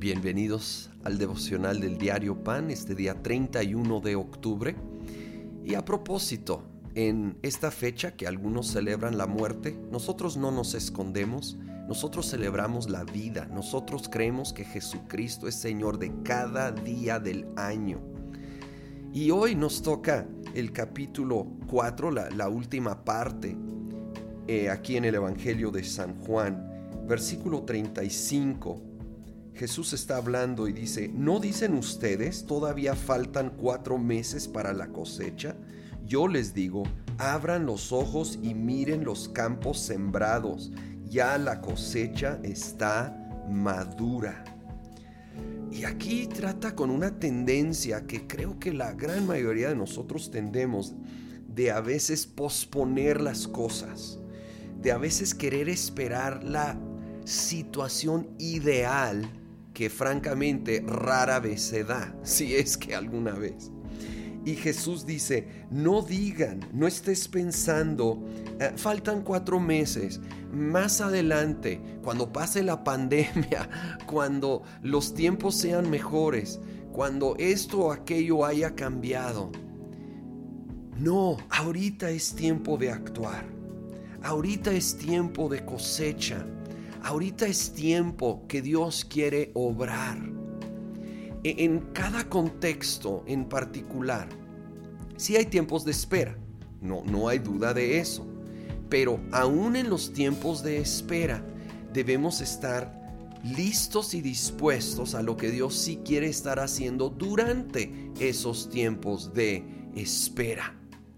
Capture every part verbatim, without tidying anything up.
Bienvenidos al devocional del Diario Pan, este día treinta y uno de octubre. Y a propósito, en esta fecha que algunos celebran la muerte, nosotros no nos escondemos, nosotros celebramos la vida, nosotros creemos que Jesucristo es Señor de cada día del año. Y hoy nos toca el capítulo cuatro, la, la última parte, eh, aquí en el Evangelio de San Juan, versículo treinta y cinco. Jesús está hablando y dice: ¿no dicen ustedes, todavía faltan cuatro meses para la cosecha? Yo les digo, abran los ojos y miren los campos sembrados, ya la cosecha está madura. Y aquí trata con una tendencia que creo que la gran mayoría de nosotros tendemos, de a veces posponer las cosas, de a veces querer esperar la situación ideal que francamente rara vez se da, si es que alguna vez. Y Jesús dice: no digan, no estés pensando, eh, faltan cuatro meses, más adelante, cuando pase la pandemia, cuando los tiempos sean mejores, cuando esto o aquello haya cambiado. No, ahorita es tiempo de actuar, ahorita es tiempo de cosecha. Ahorita es tiempo que Dios quiere obrar. En cada contexto en particular, sí hay tiempos de espera, no, no hay duda de eso. Pero aún en los tiempos de espera, debemos estar listos y dispuestos a lo que Dios sí quiere estar haciendo durante esos tiempos de espera.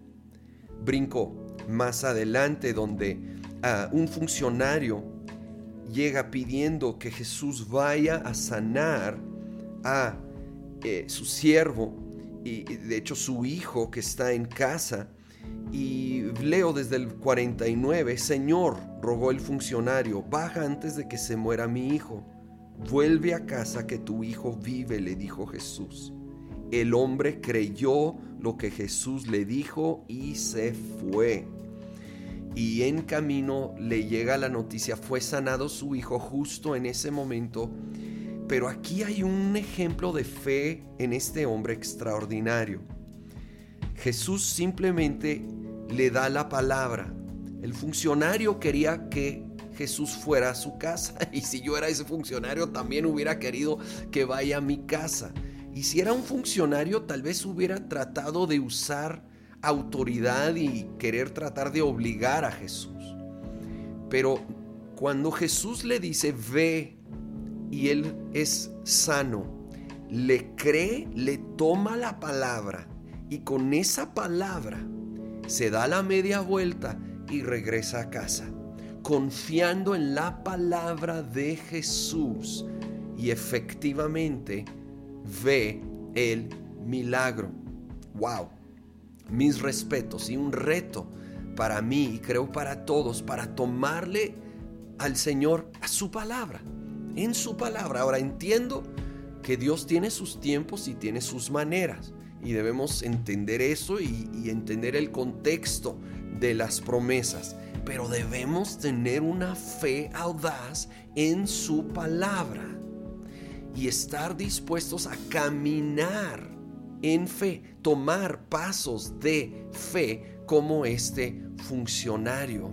Brinco más adelante donde uh, un funcionario llega pidiendo que Jesús vaya a sanar a eh, su siervo y de hecho su hijo que está en casa. Y leo desde el cuarenta y nueve: Señor, rogó el funcionario, baja antes de que se muera mi hijo. Vuelve a casa, que tu hijo vive, le dijo Jesús. El hombre creyó lo que Jesús le dijo y se fue. Y en camino le llega la noticia: fue sanado su hijo justo en ese momento. Pero aquí hay un ejemplo de fe en este hombre extraordinario. Jesús simplemente le da la palabra. El funcionario quería que Jesús fuera a su casa, y si yo era ese funcionario también hubiera querido que vaya a mi casa. Y si era un funcionario, tal vez hubiera tratado de usar autoridad y querer tratar de obligar a Jesús. Pero cuando Jesús le dice ve y él es sano, le cree, le toma la palabra y con esa palabra se da la media vuelta y regresa a casa, confiando en la palabra de Jesús, y efectivamente ve el milagro. ¡Wow! Mis respetos y un reto para mí y creo para todos, para tomarle al Señor a su palabra, en su palabra. Ahora entiendo que Dios tiene sus tiempos y tiene sus maneras, y debemos entender eso y, y entender el contexto de las promesas, pero debemos tener una fe audaz en su palabra y estar dispuestos a caminar en fe, tomar pasos de fe como este funcionario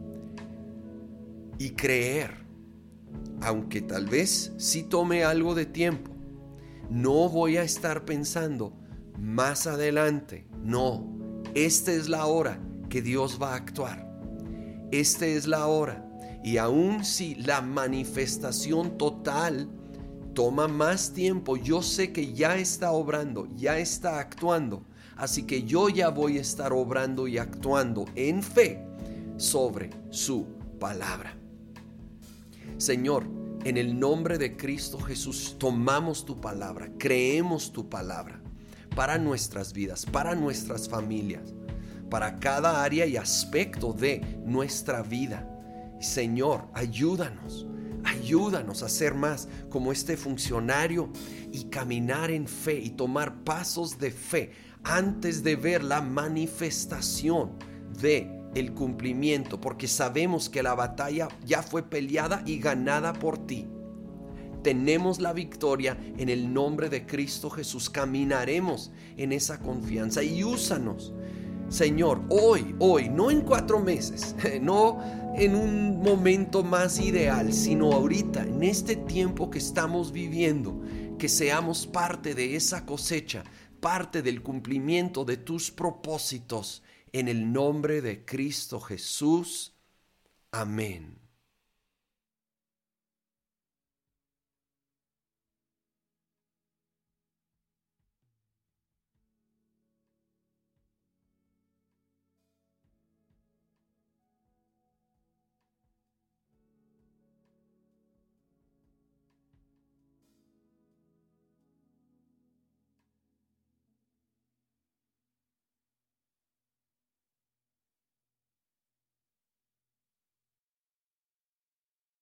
y creer, aunque tal vez sí tome algo de tiempo. No voy a estar pensando más adelante, no, esta es la hora que Dios va a actuar, esta es la hora. Y aun si la manifestación total toma más tiempo, yo sé que ya está obrando, ya está actuando. Así que yo ya voy a estar obrando y actuando en fe sobre su palabra. Señor, en el nombre de Cristo Jesús, tomamos tu palabra, creemos tu palabra para nuestras vidas, para nuestras familias, para cada área y aspecto de nuestra vida. Señor, ayúdanos. Ayúdanos a ser más como este funcionario y caminar en fe y tomar pasos de fe antes de ver la manifestación de el cumplimiento, porque sabemos que la batalla ya fue peleada y ganada por ti. tenemos la victoria en el nombre de Cristo Jesús. Caminaremos en esa confianza y úsanos, Señor, hoy, hoy, no en cuatro meses, no en un momento más ideal, sino ahorita, en este tiempo que estamos viviendo, que seamos parte de esa cosecha, parte del cumplimiento de tus propósitos, en el nombre de Cristo Jesús. Amén.